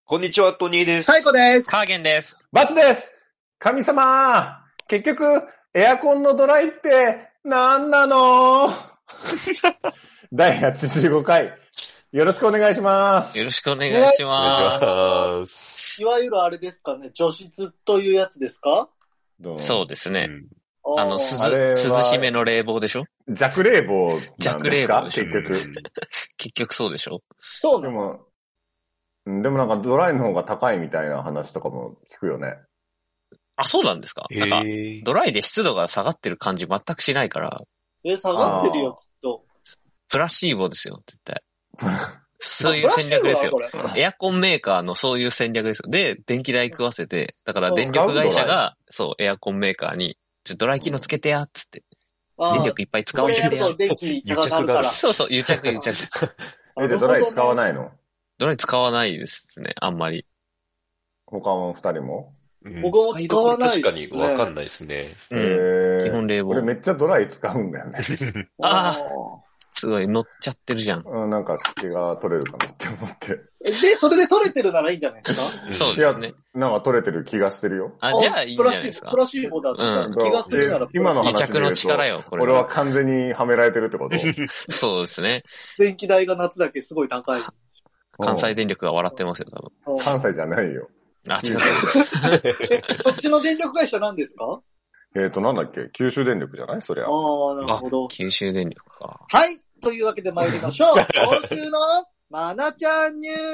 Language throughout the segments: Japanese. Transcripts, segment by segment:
こんにちは、トニーです。 サイコです。 カーゲンです。 バツです。神様、結局、エアコンのドライって何なの第85回、よろしくお願いします。 よろしくお願いします。 いわゆるあれですかね、除湿というやつですか？ そうですね。涼しめの冷房でしょ？ 弱冷房なんですか？ 弱冷房でしょ？ 結局。 結局そうでしょ？ そうなの？ でもなんかドライの方が高いみたいな話とかも聞くよね。 あ、そうなんですか？なんか、ドライで湿度が下がってる感じ全くしないから。 下がってるよ、きっと。 プラシーボですよ、絶対。そういう戦略ですよ。エアコンメーカーのそういう戦略ですよ。で、電気代食わせて、だから電力会社が、そう、エアコンメーカーに、ドライ機能つけてや、つって。電力いっぱい使わせてや。 電気高かるから。 そうそう、癒着。 じゃあドライ使わないの？ ドライ使わないですね、あんまり。 他の二人も？ 僕も使わないですね。確かにわかんないですね。 基本冷房。 俺めっちゃドライ使うんだよね。 ああ。すごい乗っちゃってるじゃん。 なんか湿気が取れるかなって思って。 で、それで取れてるならいいんじゃないですか？ そうですね。 いや、なんか取れてる気がしてるよ。 あ、じゃあいいんじゃないですか。 プラシーボだった気がするなら。 今の話で言うと、 癒着の力よ、これ。 俺は完全にはめられてるってこと？ そうですね。 電気代が夏だけすごい高い。 関西電力が笑ってますよ、多分。 関西じゃないよ。 あ、違う。 そっちの電力会社何ですか？ なんだっけ？九州電力じゃない？そりゃ。 ああ、なるほど。 九州電力か。 はい。というわけで参りましょう。今週のまなちゃんニュース。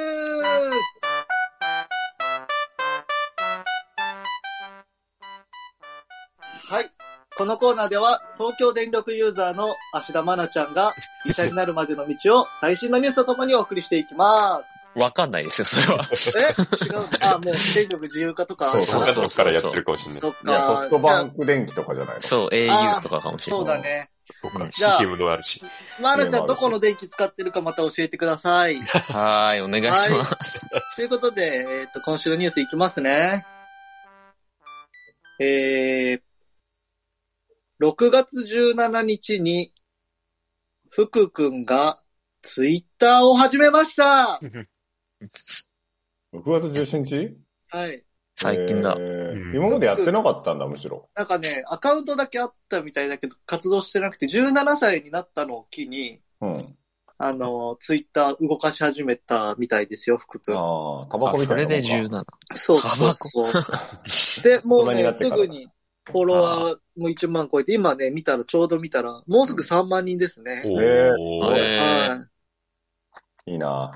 はい。このコーナーでは東京電力ユーザーの芦田愛菜ちゃんが医者になるまでの道を最新のニュースとともにお送りしていきます。 わかんないですよ、それは。 違う。もう電力自由化とか。 そうからやってるかもしれない。 いや、ソフトバンク電気とかじゃないの？ そう、au とかかもしれない。 そうだね。 そうか、CM もあるし。 まなちゃんどこの電気使ってるかまた教えてください。 はい、お願いします。 ということで、今週のニュースいきますね。6月17日に、福くんがツイッターを始めました。 6月17日？ はい。 最近だ。 今までやってなかったんだ、むしろ。 なんかね、アカウントだけあったみたいだけど、活動してなくて、17歳になったのを機に、ツイッター動かし始めたみたいですよ、福くん。 ああ、タバコみたいな。 それで17。 そう。で、もうね、すぐに、フォロワーも1万超えて、今ね、ちょうど見たら、もうすぐ3万人ですね。 いいな。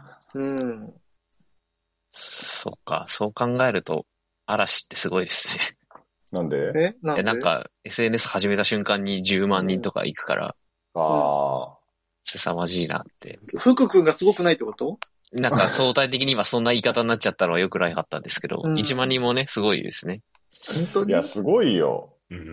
そっか、そう考えると、嵐ってすごいですね。 なんで？ なんか、SNS 始めた瞬間に10万人とか行くから、凄まじいなって。 福くんがすごくないってこと？ なんか相対的に今そんな言い方になっちゃったのは良くなかったんですけど、1万人もね、すごいですね。 本当に？ いや、すごいよ。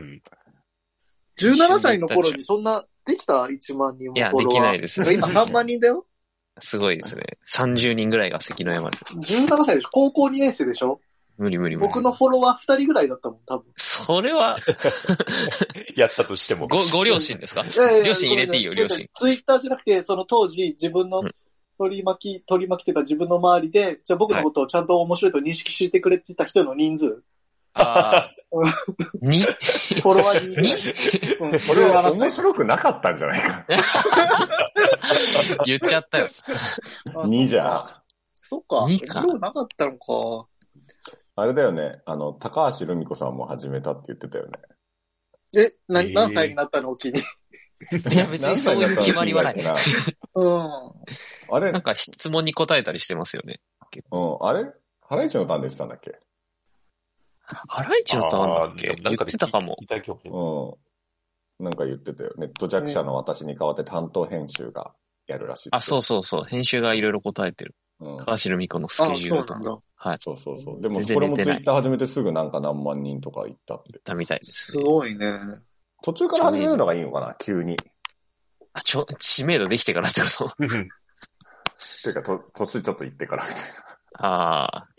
17歳の頃にそんな、できた ?1 万人も。 いや、できないです。 今3万人だよ。 すごいですね。30人ぐらいが関の山です。 17歳でしょ？高校2年生でしょ？ 無理。 僕のフォロワー2人ぐらいだったもん、多分。 それはやったとしても。 ご両親ですか？両親入れていいよ、両親。 ツイッターじゃなくて、その当時、自分の取り巻きというか自分の周りで、じゃあ僕のことをちゃんと面白いと認識してくれてた人の人数。 ああ。2？ フォロワー2？ それは面白くなかったんじゃないか。 言っちゃったよ。 2じゃ。 そっか。 2か。 なかったのか。 あれだよね。高橋留美子さんも始めたって言ってたよね。 何歳になったのを機に。 いや、別にそういう決まりはない。 あれなんか質問に答えたりしてますよね。 あれハライチのターンで言ってたんだっけ？ ハライチのターンだっけ？言ってたかも。 なんか言ってたよ。ネット弱者の私に代わって担当編集がやるらしい。 あ、そう。編集がいろいろ答えてる。高橋留美子のスケジュールとか。はい。 そう。でもこれもツイッター始めてすぐなんか何万人とか行ったって。 行ったみたいです。 すごいね。 途中から始めるのがいいのかな、急に。 あ、知名度できてからってこと？ ていうか、年ちょっと行ってからみたいな。 ああ。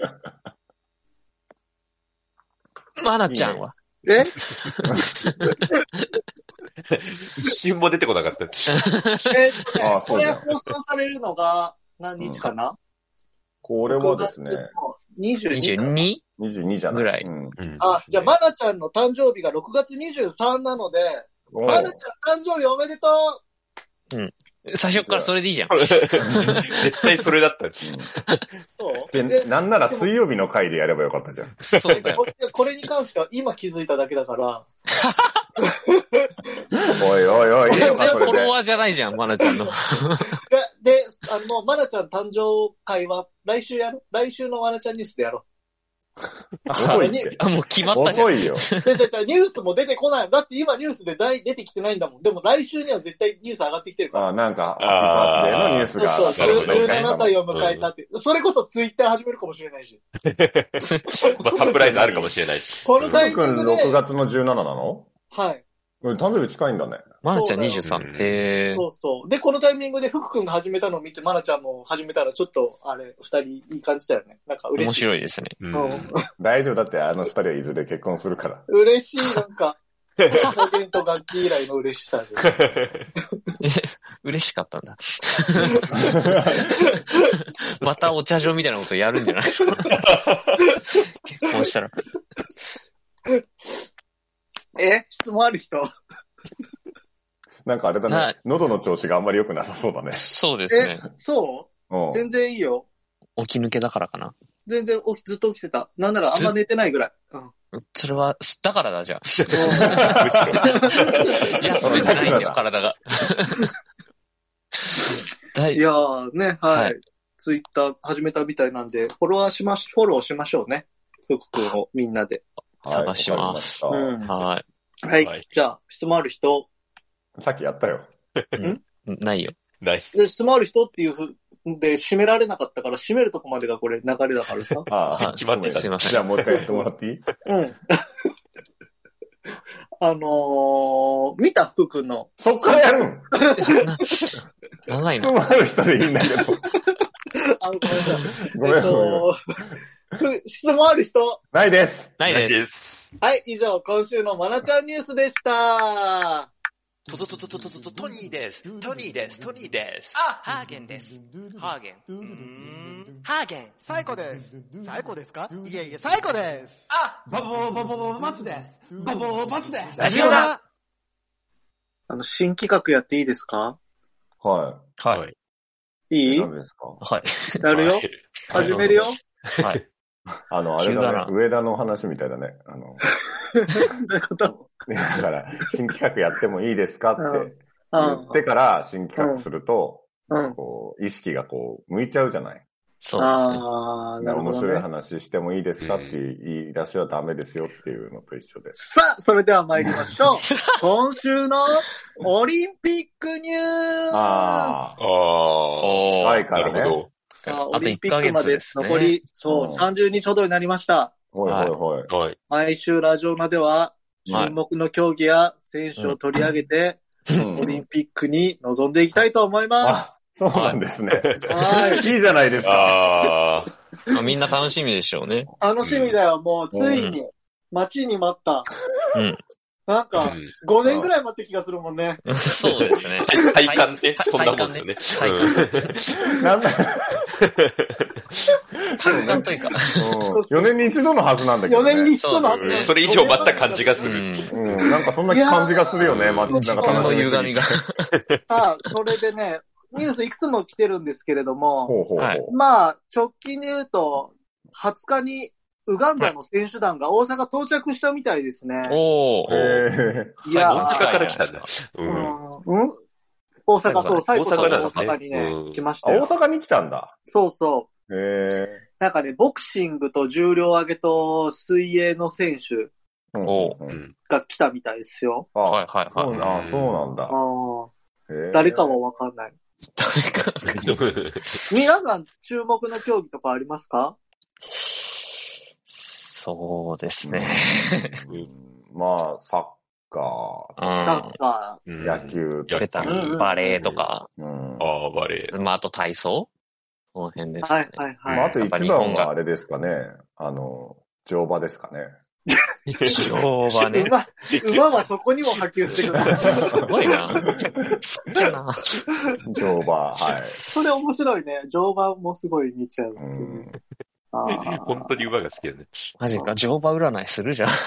まなちゃんは？ 一瞬も出てこなかった。 これ放送されるのが何日かな？ これはですね、 22? 22じゃないぐらい。 あ、じゃあ、まなちゃんの誕生日が6月23なので、まなちゃん誕生日おめでとう。うん。最初からそれでいいじゃん。 絶対それだった。 そうで、なんなら水曜日の回でやればよかったじゃん。 そうだよ。 これに関しては今気づいただけだから。 おいおいおい、いいのかそれで。 フォロワーじゃないじゃん、まなちゃんの。 で、もうまなちゃん誕生会は来週やろう。来週のまなちゃんニュースでやろう。 遅いって。 もう決まったじゃん。 遅いよ。 ニュースも出てこない。だって今ニュースで出てきてないんだもん。でも来週には絶対ニュース上がってきてるから。 あ、なんか、ハッピーバースデーのニュースが。 そう、17歳を迎えたって。それこそツイッター始めるかもしれないし。 まあ、サプライズあるかもしれないし。 このタイミングで。 6月の17なの？ はい。 誕生日近いんだね。 まなちゃん23。 そうそう。で、このタイミングで福くんが始めたのを見て、まなちゃんも始めたらちょっっと、二人いい感じだよね。なんか嬉しい。 面白いですね。 大丈夫だって二人はいずれ結婚するから。 嬉しい、なんか。表現と楽器以来の嬉しさで。 嬉しかったんだ。またお茶場みたいなことやるんじゃない結婚したら。 質問ある人なんかあれだね。喉の調子があんまり良くなさそうだね。 そうですね。 そう？全然いいよ。 起き抜けだからかな。 全然ずっと起きてた。なんならあんま寝てないぐらい。 それは、だからだ、じゃあ。休めてないんだよ、体が。 いやーね、はい。ツイッター始めたみたいなんで、フォローしましょうね。福君をみんなで。 探します。 はい。じゃあ、質問ある人。 さっきやったよ。 ないよ。 ない。 質問ある人っていうで、締められなかったから、締めるとこまでがこれ流れだからさ。 ああ、決まってた。 すいません。 じゃあもう一回やってもらっていい？ 見た福君の。 そっからやるん長いの。 質問ある人でいいんだけど。ごめんなさい。 質問ある人？ ないです。 はい、以上、今週のまなちゃんニュースでした。 トニーです。トニーです。 あ、ハーゲンです。ハーゲン。ハーゲン。 サイコです。サイコですか？いえ、サイコです。 あ、 バツです。バツです。 ラジオだ。 新企画やっていいですか？ はい。 いい？ 何ですか？ はい。 やるよ。始めるよ。 はい。 あれだね。上田の話みたいだね。 どういうこと？ だから、新企画やってもいいですかって言ってから新企画すると、こう、意識がこう、向いちゃうじゃない。 そうですね。 なるほどね。 面白い話してもいいですかっていう言い出しはダメですよっていうのと一緒です。 さあ、それでは参りましょう。今週のオリンピックニュース。 近いからね。 さあ、オリンピックまで残り、30日ほどになりました。 はい。 毎週ラジオナでは、注目の競技や選手を取り上げて、オリンピックに臨んでいきたいと思います。 そうなんですね。いいじゃないですか。 みんな楽しみでしょうね。 楽しみだよ、もう、ついに、待ちに待った。なんか、5年ぐらい待って気がするもんね。 そうですね。 体感ってそんなもんですよね。 なんだ体感というか。 4年に一度のはずなんだけどね。 4年に一度のはず。 それ以上待った感じがする。 なんかそんな感じがするよね。なんかの歪みが。 さあ、それでね、ニュースいくつも来てるんですけれども、まあ、直近で言うと、20日にウガンダの選手団が大阪到着したみたいですね。 いや、大阪から来たんだ。 大阪、そう、最後さん大阪にね、来ましたよ。 大阪に来たんだ。 そうそう。なんかね、ボクシングと重量挙げと水泳の選手が来たみたいですよ。 そうなんだ。 誰かはわかんない。皆さん注目の競技とかありますか？ そうですね。 まあ、サッカー、 野球とか、バレーとか、 バレー。 まあ、あと体操この辺ですね。 あと一番はあれですかね。乗馬ですかね。 乗馬ね。 馬はそこにも波及してくる。 すごいな。 乗馬、はい。 それ面白いね。乗馬もすごい見ちゃう。 本当に馬が好きだね。 マジか、乗馬占いするじゃん。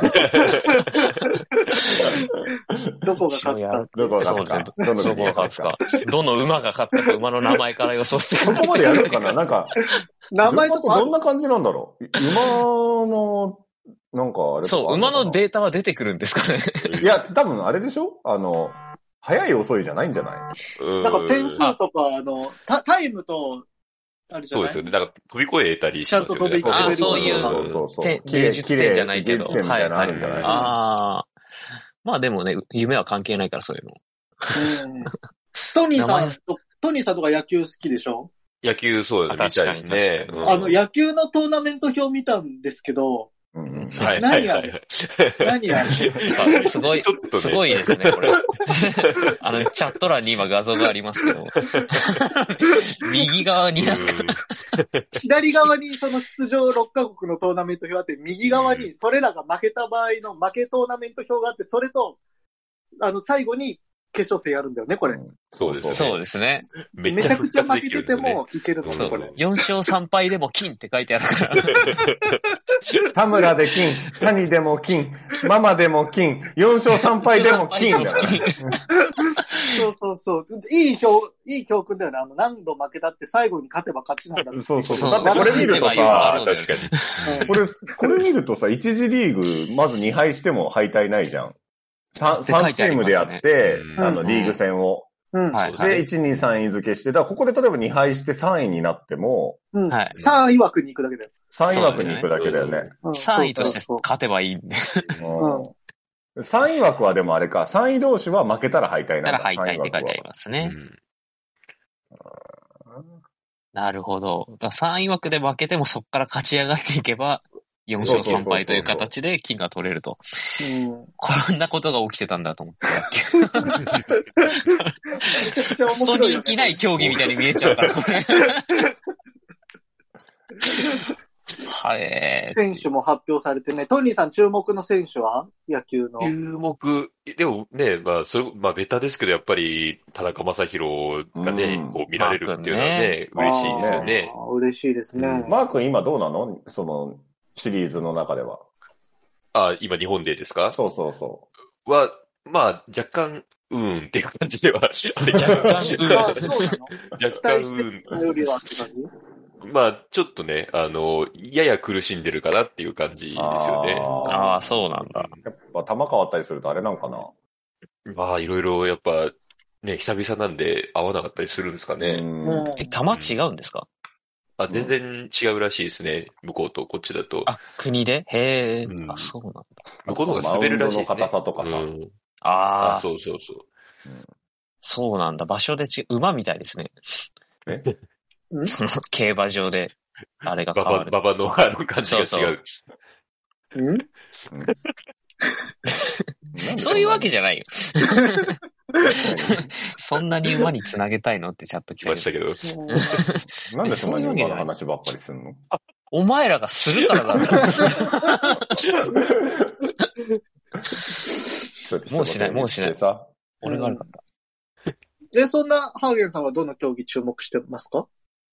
どこが勝つか。 どこが勝つか。 どこが勝つか。どの馬が勝ったか、馬の名前から予想してそこまでやるかななんか、 名前とかどんな感じなんだろう馬の、なんかあれそう、馬のデータは出てくるんですかね。 いや、多分あれでしょ早い遅いじゃないんじゃないなんか点数とか、タイムと、あれじゃないそうですよね。なんか飛び越えたりしますよね。 ちゃんと飛び越えれるそういう芸術点じゃないけど。 芸術点みたいなのあるんじゃない、 まあでもね、夢は関係ないからそういうの。 トニーさんとか野球好きでしょ？ 野球そうだね。見たいですね。 野球のトーナメント表見たんですけど、何やる？ すごい、すごいですね、これ。チャット欄に今画像がありますけど。右側になんか左側にその出場6カ国のトーナメント表あって、右側にそれらが負けた場合の負けトーナメント表があって、それと、最後に決勝戦やるんだよね、これ。 そうですね。 そうですね。 めちゃくちゃ負けててもいけるのね、これ。 4勝3敗でも金って書いてあるから。 田村で金、谷でも金、ママでも金、4勝3敗でも金だよ。 そう。いい教訓だよね。何度負けたって最後に勝てば勝ちなんだって。 そう。だってこれ見るとさ、確かに。これ見るとさ、一次リーグ、まず2敗しても敗退ないじゃん。3チームでやって、リーグ戦を。で、1、2、3位付けして、だからここで例えば2敗して3位になっても、 3位枠に行くだけだよ。 3位枠に行くだけだよね。 3位として勝てばいいんで。 3位枠はでもあれか、3位同士は負けたら敗退なんだ。 敗退って書いてありますね。なるほど。3位枠で負けてもそこから勝ち上がっていけば、4勝3敗という形で金が取れると。こんなことが起きてたんだと思って。クソ人気ない競技みたいに見えちゃうから、これ。はい。 選手も発表されてね。トニーさん注目の選手は野球の。 注目。でもね、ベタですけど、やっぱり、田中将大がね、こう見られるっていうのはね、嬉しいですよね。 嬉しいですね。 マー君今どうなのシリーズの中では。 今日本でですか？ そう。 若干、っていう感じでは。若干、よりはって感じ？ ちょっとね、やや苦しんでるかなっていう感じですよね。 そうなんだ。 やっぱ球変わったりするとあれなんかな。 いろいろやっぱ、ね、久々なんで合わなかったりするんですかね。 球違うんですか？ 全然違うらしいですね。向こうとこっちだと。 国で？へー。そうなんだ。 向こうの方が滑るらしいですね。 マウンドの硬さとかさ。 そう。 そうなんだ。場所で馬みたいですね。その競馬場で、あれが変わる。 馬場の感じが違う。 そういうわけじゃないよ。そんなに馬につなげたいのってチャット来ましたけど。 なんでそんなに馬の話ばっかりすんの？ お前らがするからなんだ。もうしない。俺が悪かった。 そんなハーゲンさんはどの競技注目してますか？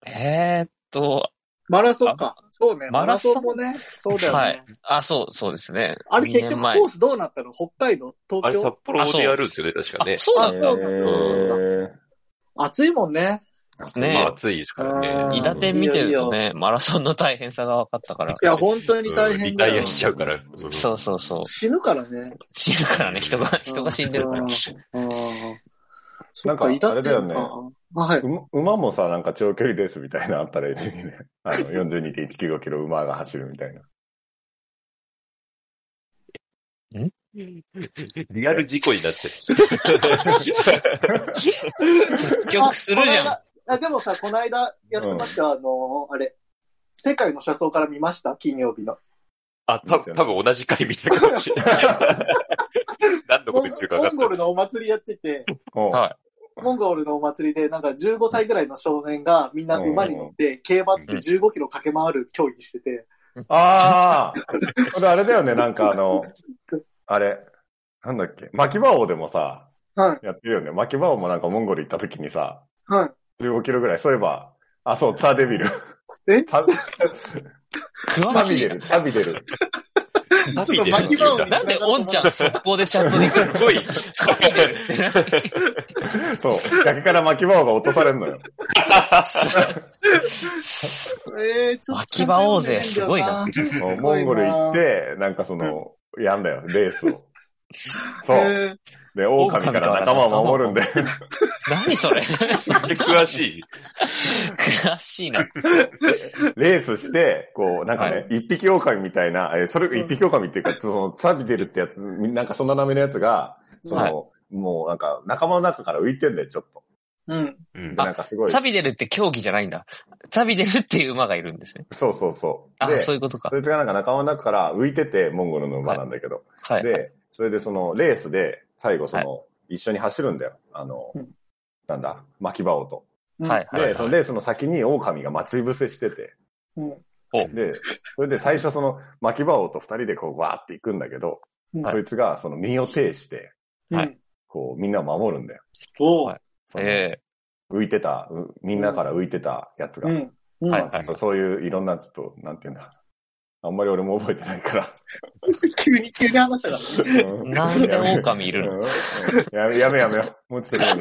マラソンか。そうね。マラソンもね。そうだよね。 はい。そうですね。 あれ結局コースどうなったの？北海道？東京？ 札幌でやるんですよね、確かね。 そうなんだ。暑いもんね。 暑いですからね。 伊達見てるとね、マラソンの大変さが分かったから。 いや、本当に大変だよ。 リタイアしちゃうから。 そう。 死ぬからね。 人が死んでるから。 なんか、あれだよね。馬もさ、なんか長距離レースみたいなのあったらいいね。42.195 キロ馬が走るみたいな。 リアル事故になってる。 結局するじゃん。 でもさ、この間やってました、世界の車窓から見ました？金曜日の。 多分同じ回見たかもしれない。何のこと言ってるか分かった。 モンゴルのお祭りやってて、モンゴルのお祭りで、なんか15歳ぐらいの少年がみんな馬に乗って、競馬って15キロ駆け回る競技してて。 それあれだよね、なんかあれ、なんだっけ、巻き場王でもさ、やってるよね。巻き場王もなんかモンゴル行った時にさ、15キロぐらい、そういえば、ツァーデビル。 詳しい。 サビ出る。 なんでオンちゃん速攻でチャットで来る？すごい。サビ出るって。 そう。崖から巻き場王が落とされるのよ。 巻き場王勢すごいな。 モンゴル行って、なんかやんだよ、レースを。そう。で、狼から仲間を守るんで。 何それ詳しい。 詳しいな。 レースして、なんかね、一匹狼みたいな、一匹狼っていうか、サビ出るってやつ、なんかそんな名前のやつが、もうなんか仲間の中から浮いてんだよ、ちょっと。 うん。 なんかすごい。 サビ出るって競技じゃないんだ。サビ出るっていう馬がいるんですね。 そうそうそう。 あ、そういうことか。 そいつがなんか仲間の中から浮いてて、モンゴルの馬なんだけど。 はい。 で、それでレースで、最後一緒に走るんだよ。なんだ、巻き場王と。 はい。 で、そのレースの先に狼が待ち伏せしてて。で、それで最初巻き場王と二人でわーって行くんだけど、そいつが身を挺して、みんなを守るんだよ。浮いてた、みんなから浮いてたやつが。そういういろんななんていうんだ。あんまり俺も覚えてないから。 急に話したから。 なんで狼いるのやめよ。もうちょっと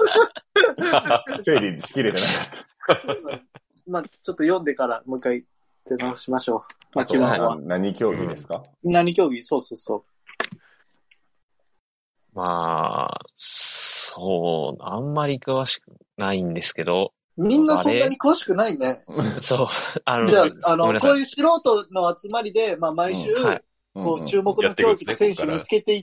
整理しきれてなかった。 まあ、ちょっと読んでからもう一回出直しましょう。 何競技ですか？ 何競技？そうそうそう。 まあ、あんまり詳しくないんですけど。 みんなそんなに詳しくないね。 そう。 じゃあ、こういう素人の集まりで、まあ、毎週、注目の競技の選手見つけていって、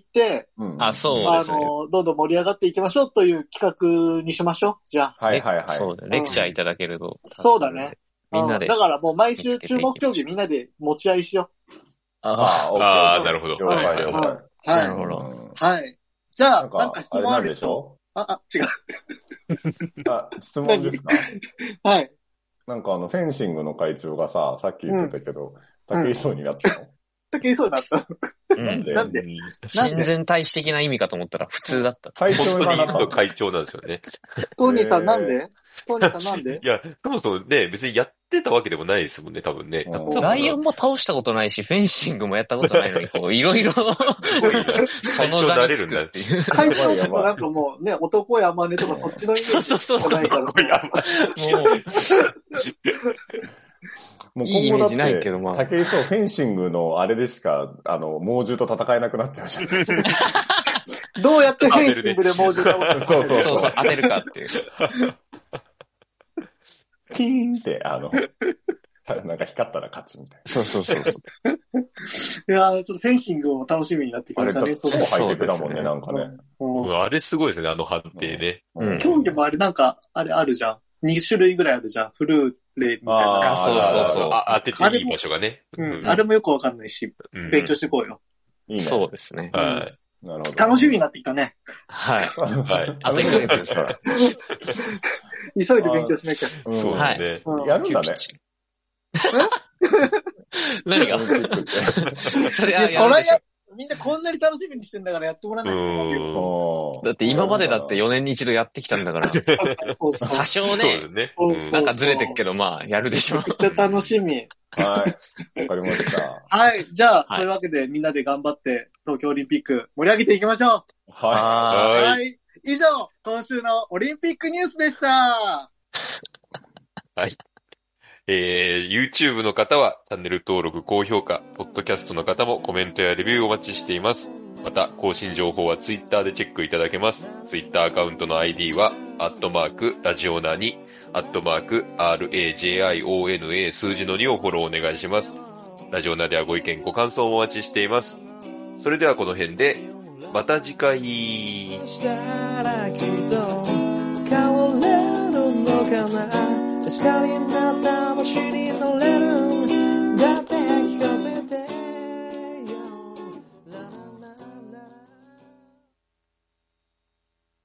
そうですね。 どんどん盛り上がっていきましょうという企画にしましょう。じゃあ。 はい。 そうだね。レクチャーいただけると。 そうだね。 みんなで。 だからもう毎週注目競技みんなで持ち合いしよう。 なるほど。 了解。 なるほど。 はい。じゃあ、なんか質問あるでしょ？違う。 質問ですか？ はい。 なんかフェンシングの会長がさっき言ってたけど、竹井壮になったの？ 竹井壮になったの？なんで親善大使的な意味かと思ったら普通だった。 会長がなった会長なんですよね。 トニーさんなんで？トニーさんなんで？ いや、そもそもね、別にやってたわけでもないですもんね、多分ね。 ライオンも倒したことないし、フェンシングもやったことないのに、いろいろ、その座につくっていう。 会長とかなんかもうね、男やまねとかそっちのイメージ。 そう。 ないからもう、いいイメージないけど、まあ。 竹井壮フェンシングのあれでしか、猛獣と戦えなくなっちゃうじゃん。 どうやってフェンシングで猛獣倒すの？そう、当てるかっていう。 キーンって、なんか光ったら勝ちみたいな。そう。 いやー、ちょっとフェンシングを楽しみになってきましたね。 そう、ハイテクだもんね、なんかね。 あれすごいですね、判定ね。 競技もあれなんか、あれあるじゃん。2種類ぐらいあるじゃん。フルーレみたいな。 そう。 当てていい場所がね。 あれもよくわかんないし、勉強していこうよ。 そうですね。 はい。 なるほど。 楽しみになってきたね。 はい。あと1ヶ月ですから。 急いで勉強しなきゃ。 そうですね。 やるんだね。 何がそれはやるでしょ。 みんなこんなに楽しみにしてんだからやってもらわないと。 だって今までだって4年に一度やってきたんだから。多少ね、なんかずれてっけど、まあ、やるでしょ。 めっちゃ楽しみ。 はい。わかりました。 はい。じゃあ、そういうわけでみんなで頑張って東京オリンピック盛り上げていきましょう。はい。以上、今週のオリンピックニュースでした。 はい。YouTube の方はチャンネル登録、高評価、ポッドキャストの方もコメントやレビューお待ちしています。また、更新情報は Twitter でチェックいただけます。Twitter アカウントの ID は、ラジオナ2、RAJIONA 数字の2をフォローお願いします。ラジオナではご意見、ご感想もお待ちしています。それではこの辺で、また次回。確かにまた